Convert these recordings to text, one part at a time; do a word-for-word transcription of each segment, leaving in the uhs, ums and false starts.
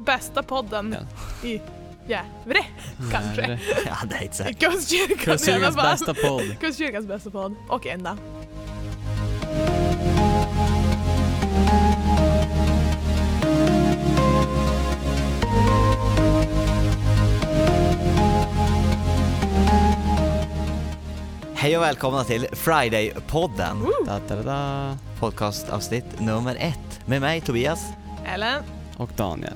bästa podden ja. i Gävle, kanske. Gävle. Ja, det är inte säkert. Kustkyrkan, Kustkyrkans bästa podd. Kustkyrkans bästa podd. Och enda. Hej och välkomna till Friday-podden. Da, da, da. Podcastavsnitt nummer ett. Med mig Tobias. Ellen. Och Daniel.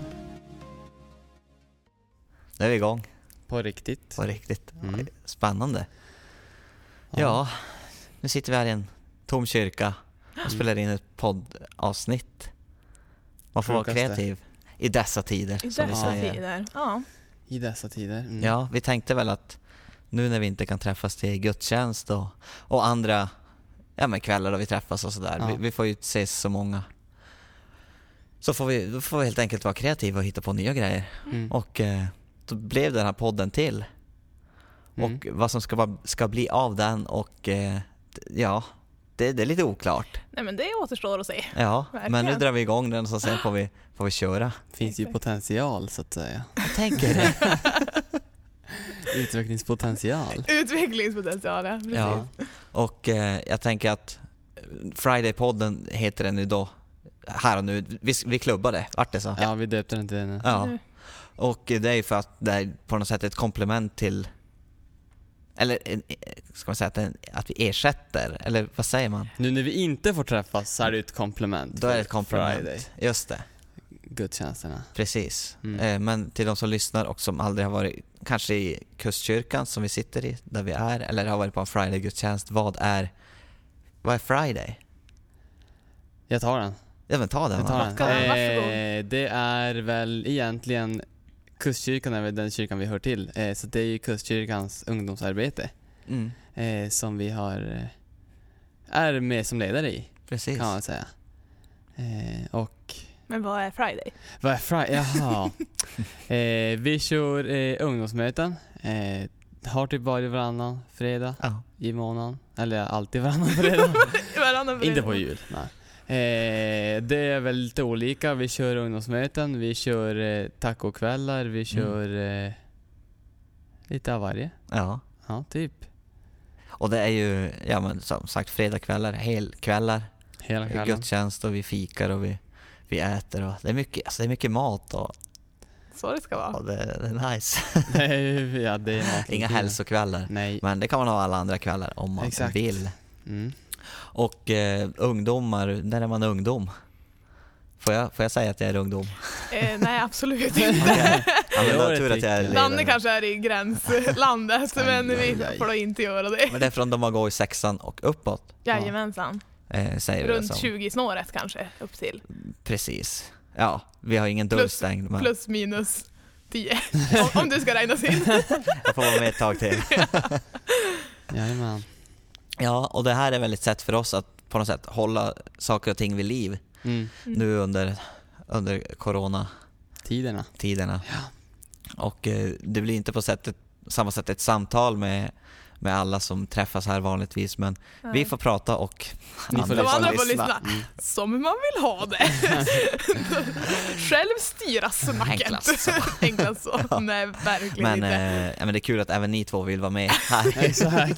Nu är vi igång. På riktigt. På riktigt. Mm. Spännande. Ja. ja, nu sitter vi här i en tom kyrka och spelar in ett poddavsnitt. Man får vara kreativ i dessa tider. I dessa tider, ja. I dessa tider. Mm. Ja, vi tänkte väl att nu när vi inte kan träffas till gudstjänst och, och andra ja, men kvällar då vi träffas och sådär. Ja. Vi, vi får ju ses så många. Så får vi, då får vi helt enkelt vara kreativa och hitta på nya grejer. Mm. Och eh, då blev den här podden till. Mm. Och vad som ska, ska bli av den och eh, ja, det, det är lite oklart. Nej, men det återstår att se. Ja, verkligen. Men nu drar vi igång den och sen får vi, får vi köra. Finns ju potential så att säga. Jag tänker det. Utvecklingspotential. Utvecklingspotential, ja. Precis. Ja. Och eh, jag tänker att Friday-podden heter den nu då. Här och nu. Vi, vi klubbade, vart det så? Ja, vi döpte den till den. Ja. Mm. Och det är ju för att det är på något sätt ett komplement till, eller ska man säga att, en, att vi ersätter, eller vad säger man? Nu när vi inte får träffas så är det ett komplement. Då är det ett komplement, Friday. Just det. Gudstjänsterna. Precis. Mm. Eh, men till de som lyssnar och som aldrig har varit kanske i Kustkyrkan som vi sitter i, där vi är, eller har varit på en Friday-gudstjänst, vad är vad är Friday? Jag tar den. Ja, men ta den. Jag tar den. Eh, eh, det är väl egentligen Kustkyrkan är väl den kyrkan vi hör till. Eh, så det är ju Kustkyrkans ungdomsarbete mm. eh, som vi har eh, är med som ledare i. Precis. Kan man säga. Eh, och Men vad är Friday? Vad är Friday? Jaha. eh, vi kör eh, ungdomsmöten. Eh, har typ varje varannan fredag ja. i månaden. Eller alltid varannan fredag. varannan fredag. Inte på jul, nej. Eh, det är väl lite olika. Vi kör ungdomsmöten, vi kör eh, tacokvällar, vi kör mm. eh, lite av varje. Ja. Ja, typ. Och det är ju, ja men som sagt, fredagkvällar, helkvällar. Hela kvällen. Gudstjänst och vi fikar och vi, vi äter och det är mycket, alltså det är mycket mat och så det ska vara. och det, det är nice. ja, det är inga hälsokvällar. Nej. Men det kan man ha alla andra kvällar om man Exakt. vill. Mm. Och eh, ungdomar, när är man ungdom? Får jag, får jag säga att jag är ungdom? Eh, nej, absolut inte. Okay. Ja, men då tur att jag är ledare. Danne kanske är i gränslandet, men vi får då inte göra det. Men det är från de man går i sexan och uppåt. Jajamensan. Eh, säger Runt det tjugo-snåret kanske, upp till. Precis. Ja, vi har ingen dörr stängd. Men... Plus minus tio, om, om du ska räknas in. Jag får vara med ett tag till. Jajamän. Ja, och det här är väl ett sätt för oss att på något sätt hålla saker och ting vid liv. Mm. Mm. Nu under, under corona-tiderna. Tiderna. Ja. Och eh, det blir inte på sättet, samma sätt ett samtal med, med alla som träffas här vanligtvis. Men ja. Vi får prata och Ni andra, får andra får lyssna. Mm. Som man vill ha det. Själv styra snacket. Enklast så. Enklast så. Ja. Nej, verkligen men, inte. Eh, ja, men det är kul att även ni två vill vara med här. Exakt.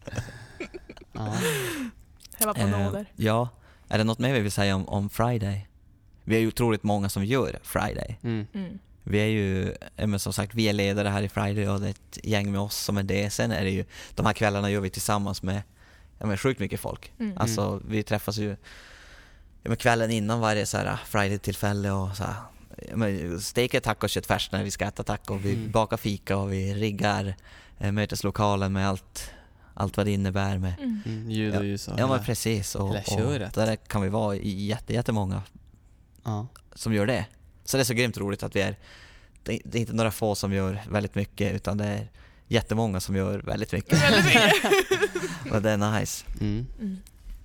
Ja. Jag var på nåder. Eh, ja, är det något mer vi vill säga om, om Friday? Vi är ju otroligt många som gör Friday. Mm. Mm. Vi är ju, men som sagt, vi är ledare här i Friday och det är ett gäng med oss som är det. Sen är det ju, de här kvällarna gör vi tillsammans med, ja, med sjukt mycket folk. Mm. Alltså vi träffas ju ja, med kvällen innan varje så här Friday-tillfälle och så här, ja, men steker tacoköttfärs när vi ska äta taco. Vi mm. bakar fika och vi riggar eh, möteslokalen med allt allt vad det innebär med mm. Mm, ljud och ljus. Ja, ja men precis. Och, och där kan vi vara jätte, jättemånga ja. Som gör det. Så det är så grymt roligt att vi är, det är inte några få som gör väldigt mycket, utan det är jättemånga som gör väldigt mycket. Väldigt mycket. Och det är nice. Mm. Mm.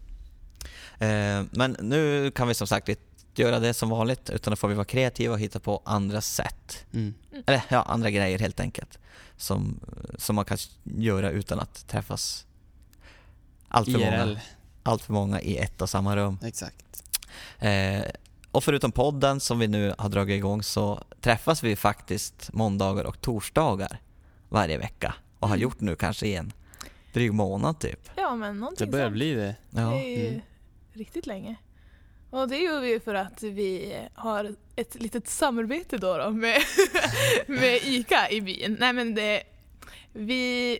Eh, men nu kan vi som sagt inte göra det som vanligt, utan då får vi vara kreativa och hitta på andra sätt. Mm. Eller ja, andra grejer helt enkelt. Som, som man kan göra utan att träffas allt för många, allt för många i ett och samma rum. Exakt. Eh, och förutom podden som vi nu har dragit igång så träffas vi faktiskt måndagar och torsdagar varje vecka. Och har gjort nu kanske i en dryg månad typ. Ja, men någonting Det börjar sånt. bli det. Ja. Det är ju Mm. riktigt länge. Och det gör vi ju för att vi har ett litet samarbete då, då med, med ICA i byn. Nej men det, vi...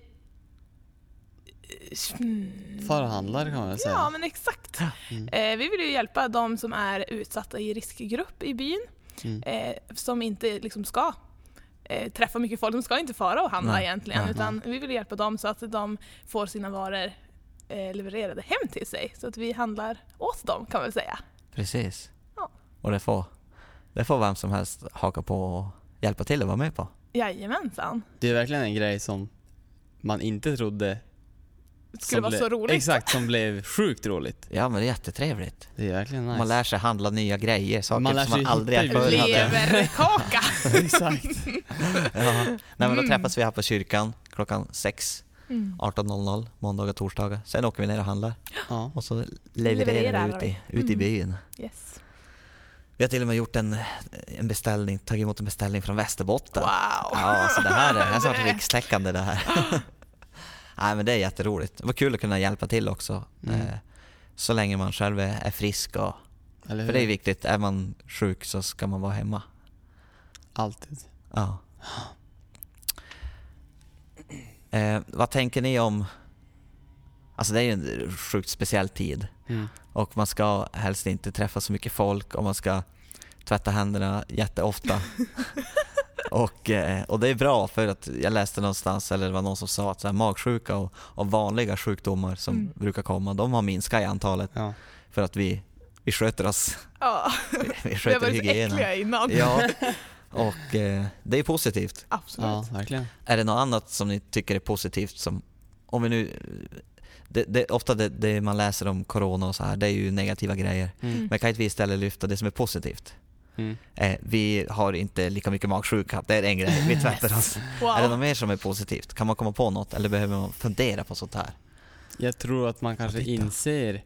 Mm. Förhandlare kan man väl säga. Ja, men exakt. Mm. Eh, vi vill ju hjälpa de som är utsatta i riskgrupp i byn. Mm. Eh, som inte liksom ska eh, träffa mycket folk. De ska inte fara och handla Nej. egentligen. Nej. Utan vi vill hjälpa dem så att de får sina varor eh, levererade hem till sig. Så att vi handlar åt dem, kan man väl säga. Precis. Ja. Och det får, det får vem som helst haka på och hjälpa till att vara med på. Jajamensan. Det är verkligen en grej som man inte trodde Det skulle som vara ble- så roligt. Exakt, som blev sjukt roligt. Ja, men det är jättetrevligt. Det är verkligen nice. Man lär sig handla nya grejer, saker Man lär som sig man aldrig hitta är förr hade. Leverkaka. Exakt. Ja. Nej, men då Mm. träffas vi här på kyrkan klockan sex, Mm. arton noll noll, måndagar och torsdagar. Sen åker vi ner och handlar. Ja. Och så levererar Levererar vi ut i, vi. ut i Mm. byn. Yes. Vi har till och med gjort en, en beställning, tagit emot en beställning från Västerbotten. Wow. Ja, alltså det här är, det här är snart Det- rikstäckande det här. Nej, men det är jätteroligt. Det var kul att kunna hjälpa till också. Mm. Eh, så länge man själv är, är frisk. Och, Eller hur? för det är viktigt, är man sjuk så ska man vara hemma. Alltid. Ja. Eh, vad tänker ni om... Alltså det är ju en sjukt speciell tid. Mm. Och man ska helst inte träffa så mycket folk. Och man ska tvätta händerna jätteofta. och, eh, och det är bra, för att jag läste någonstans, eller det var någon som sa att så här, magsjuka och, och vanliga sjukdomar som Mm. brukar komma, de har minskat i antalet. Ja. För att vi, vi sköter oss. Ja, Vi vi har sköter varit så hygienen. äckliga innan. Ja, och eh, det är positivt. Absolut. Ja, verkligen. Är det något annat som ni tycker är positivt? Som, om vi nu, det, det, ofta det, det man läser om corona och så här, det är ju negativa grejer. Mm. Men kan inte vi istället lyfta det som är positivt? Mm. Eh, vi har inte lika mycket magsjuka, det är en grej, vi tvättar oss. Wow. Är det något mer som är positivt? Kan man komma på något? Eller behöver man fundera på sånt här? Jag tror att man kanske titta. inser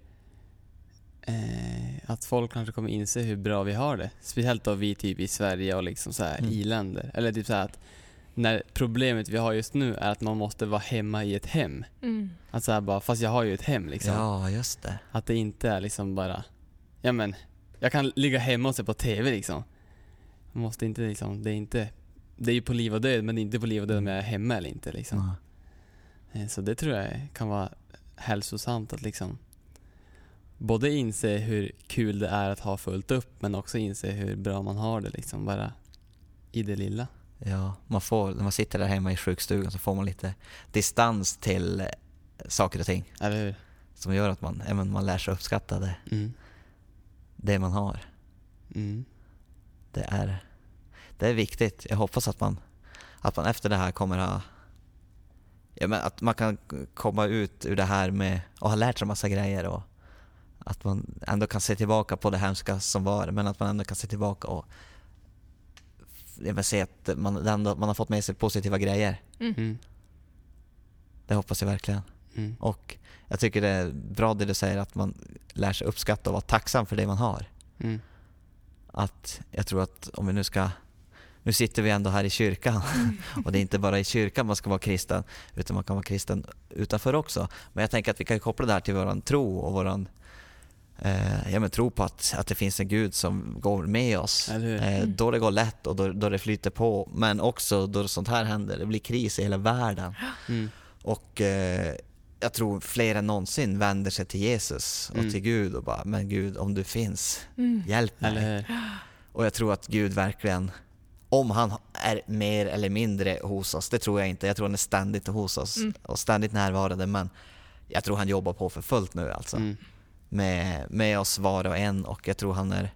eh, att folk kanske kommer inse hur bra vi har det. Speciellt då vi typ i Sverige och liksom så här Mm. i-länder. Eller typ så här att när problemet vi har just nu är att man måste vara hemma i ett hem. Mm. Att så här bara, fast jag har ju ett hem liksom. Ja, just det. Att det inte är liksom bara, ja men, jag kan ligga hemma och se på tv liksom. Man måste inte liksom, det är inte, det är ju på liv och död, men det är inte på liv och död om jag är hemma eller inte liksom. Ja. Eh, Så det tror jag kan vara hälsosamt att liksom både inse hur kul det är att ha fullt upp, men också inse hur bra man har det liksom, bara i det lilla. Ja, man får, när man sitter där hemma i sjukstugan så får man lite distans till eh, saker och ting. Eller hur? Som gör att man, ja, men man lär sig uppskatta det, Mm. det man har. Mm. Det är, det är viktigt. Jag hoppas att man, att man efter det här kommer ha, ja, men att man kan komma ut ur det här med och ha lärt sig en massa grejer, och att man ändå kan se tillbaka på det hemska som var, men att man ändå kan se tillbaka och jag vill se att man, ändå, man har fått med sig positiva grejer. Mm. Det hoppas jag verkligen. Mm. Och jag tycker det är bra det du säger, att man lär sig uppskatta och vara tacksam för det man har. Mm. Att jag tror att om vi nu ska, nu sitter vi ändå här i kyrkan och det är inte bara i kyrkan man ska vara kristen, utan man kan vara kristen utanför också. Men jag tänker att vi kan koppla det här till våran tro och våran eh, ja, men tro på att, att det finns en Gud som går med oss. Eller hur? Eh, då det går lätt och då, då det flyter på, men också då sånt här händer, det blir kris i hela världen. Mm. Och eh, jag tror fler än någonsin vänder sig till Jesus och Mm. till Gud och bara, men Gud, om du finns, Mm. hjälp mig. Eller hur? Och jag tror att Gud verkligen, om han är mer eller mindre hos oss, det tror jag inte. Jag tror han är ständigt hos oss Mm. och ständigt närvarande, men jag tror han jobbar på för fullt nu alltså. Mm. Med, med oss var och en, och jag tror han är,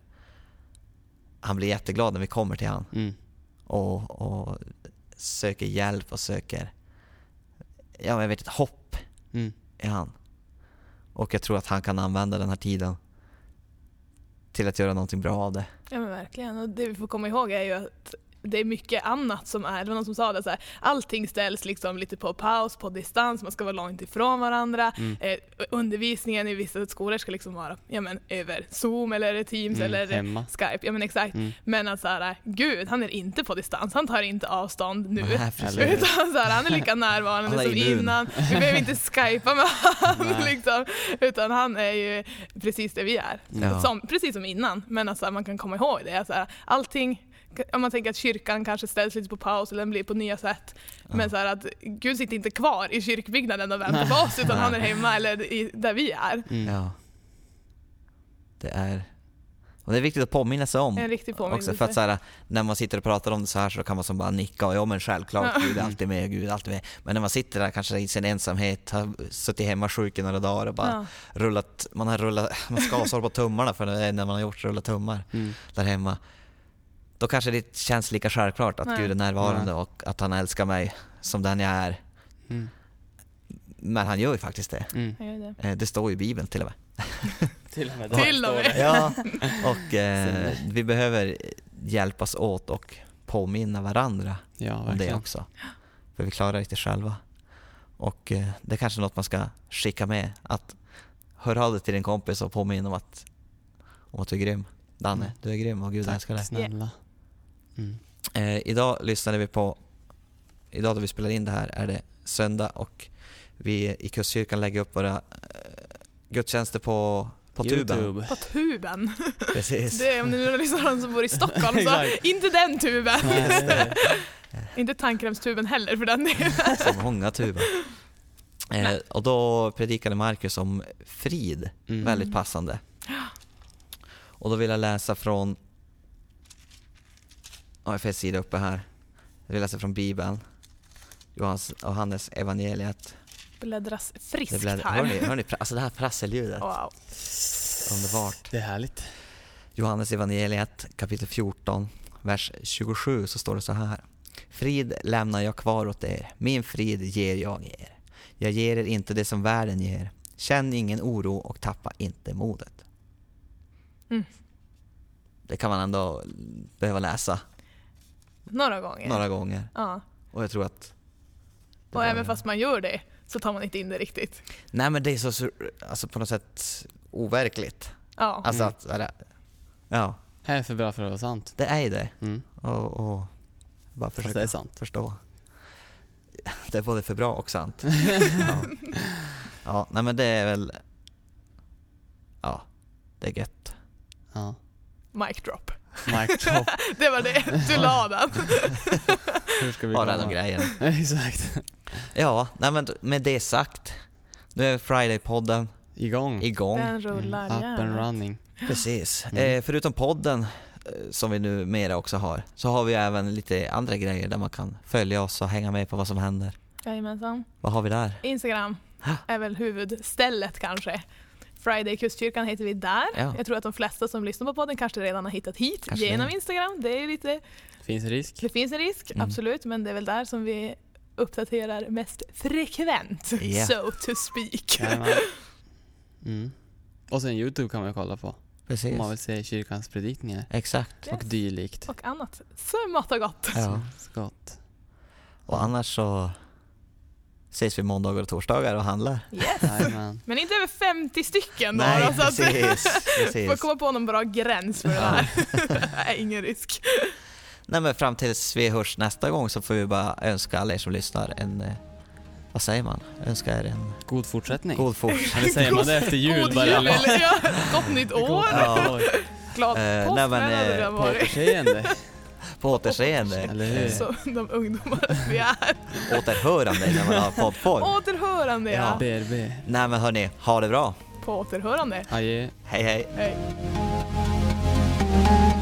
han blir jätteglad när vi kommer till han Mm. och, och söker hjälp och söker, ja, jag vet, ett hopp Mm. i han. Och jag tror att han kan använda den här tiden till att göra någonting bra av det. Ja men verkligen. Och det vi får komma ihåg är ju att det är mycket annat som är, det var någon som sa det så här, allting ställs liksom lite på paus, på distans, man ska vara långt ifrån varandra. Mm. Eh, undervisningen i vissa skolor ska liksom vara ja, men, över Zoom eller Teams Mm, eller hemma. Skype. Ja men exakt. Mm. Men att så här, gud, han är inte på distans, han tar inte avstånd nu. Nej, precis. Eller- Utan så här, han är lika närvarande Han är som immun. innan. Vi behöver inte skypa med honom Nej. liksom, utan han är ju precis det vi är. Ja. Som, precis som innan. Men alltså, man kan komma ihåg det. Alltså, allting, om man tänker att kyrkan kanske ställs lite på paus eller den blir på nya sätt. Ja. Men så här att Gud sitter inte kvar i kyrkbyggnaden och väntar på oss, utan han är hemma eller i, där vi är. Mm. Ja. Det är... Och det är viktigt att påminna sig om. En riktig påminnelse. Också för att så här, när man sitter och pratar om det så här så kan man som bara nicka och ja men självklart, Ja. Gud är alltid med, Gud är alltid med. Men när man sitter där kanske i sin ensamhet, har suttit hemma sjuk i några dagar och bara Ja. rullat, man har rullat, man ska ha på tummarna för det är när man har gjort rulla tummar Mm. där hemma. Då kanske det känns lika självklart att Nej. Gud är närvarande Nej. och att han älskar mig som den jag är. Mm. Men han gör ju faktiskt det. Mm. Jag gör det. Eh, Det står ju i Bibeln till och med. Till och med. Till och med. Ja, och eh, vi behöver hjälpas åt och påminna varandra Ja, om det verkligen. också. För vi klarar inte själva. Och eh, det är kanske något man ska skicka med. Att hör av dig till din kompis och påminna om att, om att du är grym. Danne, Mm. du är grym och Gud Tack älskar dig. snälla. Mm. Eh, idag lyssnade vi på, idag då vi spelar in det här är det söndag och vi i Kustkyrkan lägger upp våra eh, gudstjänster på, på tuben. YouTube. På tuben. Precis. Det är om ni nu lyssnar någon som bor i Stockholm så Exakt. inte den tuben. Nej. Inte tandkrämstuben heller för den delen. Så många tuber. Eh, och då predikade Marcus om frid, Mm. väldigt passande. Och då vill jag läsa från, ja, jag får sida uppe här. Jag vill läsa från Bibeln. Johans och Hannes evangeliet. Bläddras Det friskt blev, här. hör ni, hör ni, alltså det här prasseljudet. Wow. Underbart. Det är härligt. Johannes evangeliet kapitel fjorton, vers tjugosju så står det så här. Frid lämnar jag kvar åt er, min frid ger jag er. Jag ger er inte det som världen ger. Känn ingen oro och tappa inte modet. Mm. Det kan man ändå behöva läsa Några gånger. några gånger. Ja. Och jag tror att... det Och var- även fast man gör det så tar man inte in det riktigt. Nej men det är så sur- alltså på något sätt overkligt. Ja. Alltså Mm. att... eller- Ja, Det här är för bra för att vara sant. det är ju det. Mm. Och, och bara Fast försöka det är sant. förstå. Det är både för bra och sant. ja. ja, nej men det är väl... Ja, det är gött. Ja. Mic drop. Mic drop. Det var det. Du la den. Hur ska vi Ja, komma? den och grejen. Exakt. Ja, nej men med det sagt. Nu är Friday-podden Igång. igång. Den rullar. Up and jävlar. running. Precis. Mm. Eh, förutom podden eh, som vi nu mera också har, så har vi även lite andra grejer där man kan följa oss och hänga med på vad som händer. Jajamensan. Vad har vi där? Instagram är väl huvudstället kanske. Friday Kustkyrkan heter vi där. Ja. Jag tror att de flesta som lyssnar på podden kanske redan har hittat hit Kanske genom det. Instagram. Det är lite, Finns risk. det finns en risk, Mm. absolut, men det är väl där som vi uppdaterar mest frekvent, Ja. so to speak. Jajamän. Mm. Och sen YouTube kan man ju kolla på. Precis. Om man vill se kyrkans predikningar. Exakt. Och dylikt. Och annat smått och gott. Ja. Skott. Och annars så ses vi måndagar och torsdagar och handlar. Yes. Jajamän. Men inte över femtio stycken då. Nej, då, så att precis. får precis. komma på någon bra gräns för det Ja. här. Nej, ingen risk. Nej, men fram tills vi hörs nästa gång så får vi bara önska alla er som lyssnar en, eh, vad säger man? Önska er en God fortsättning. god fortsättning. Eller säger man det efter jul God bara? jul, eller ja, gott nytt år. Ja. Glad Eh, påsk, nej, men, men hade eh, det På varit. återseende. På återseende. Eller hur? Så de ungdomar vi är. Återhörande när man har poddform. Återhörande, ja. B R B. Nej men hörni, ha det bra. På återhörande. Adjö. Hej hej. Hej.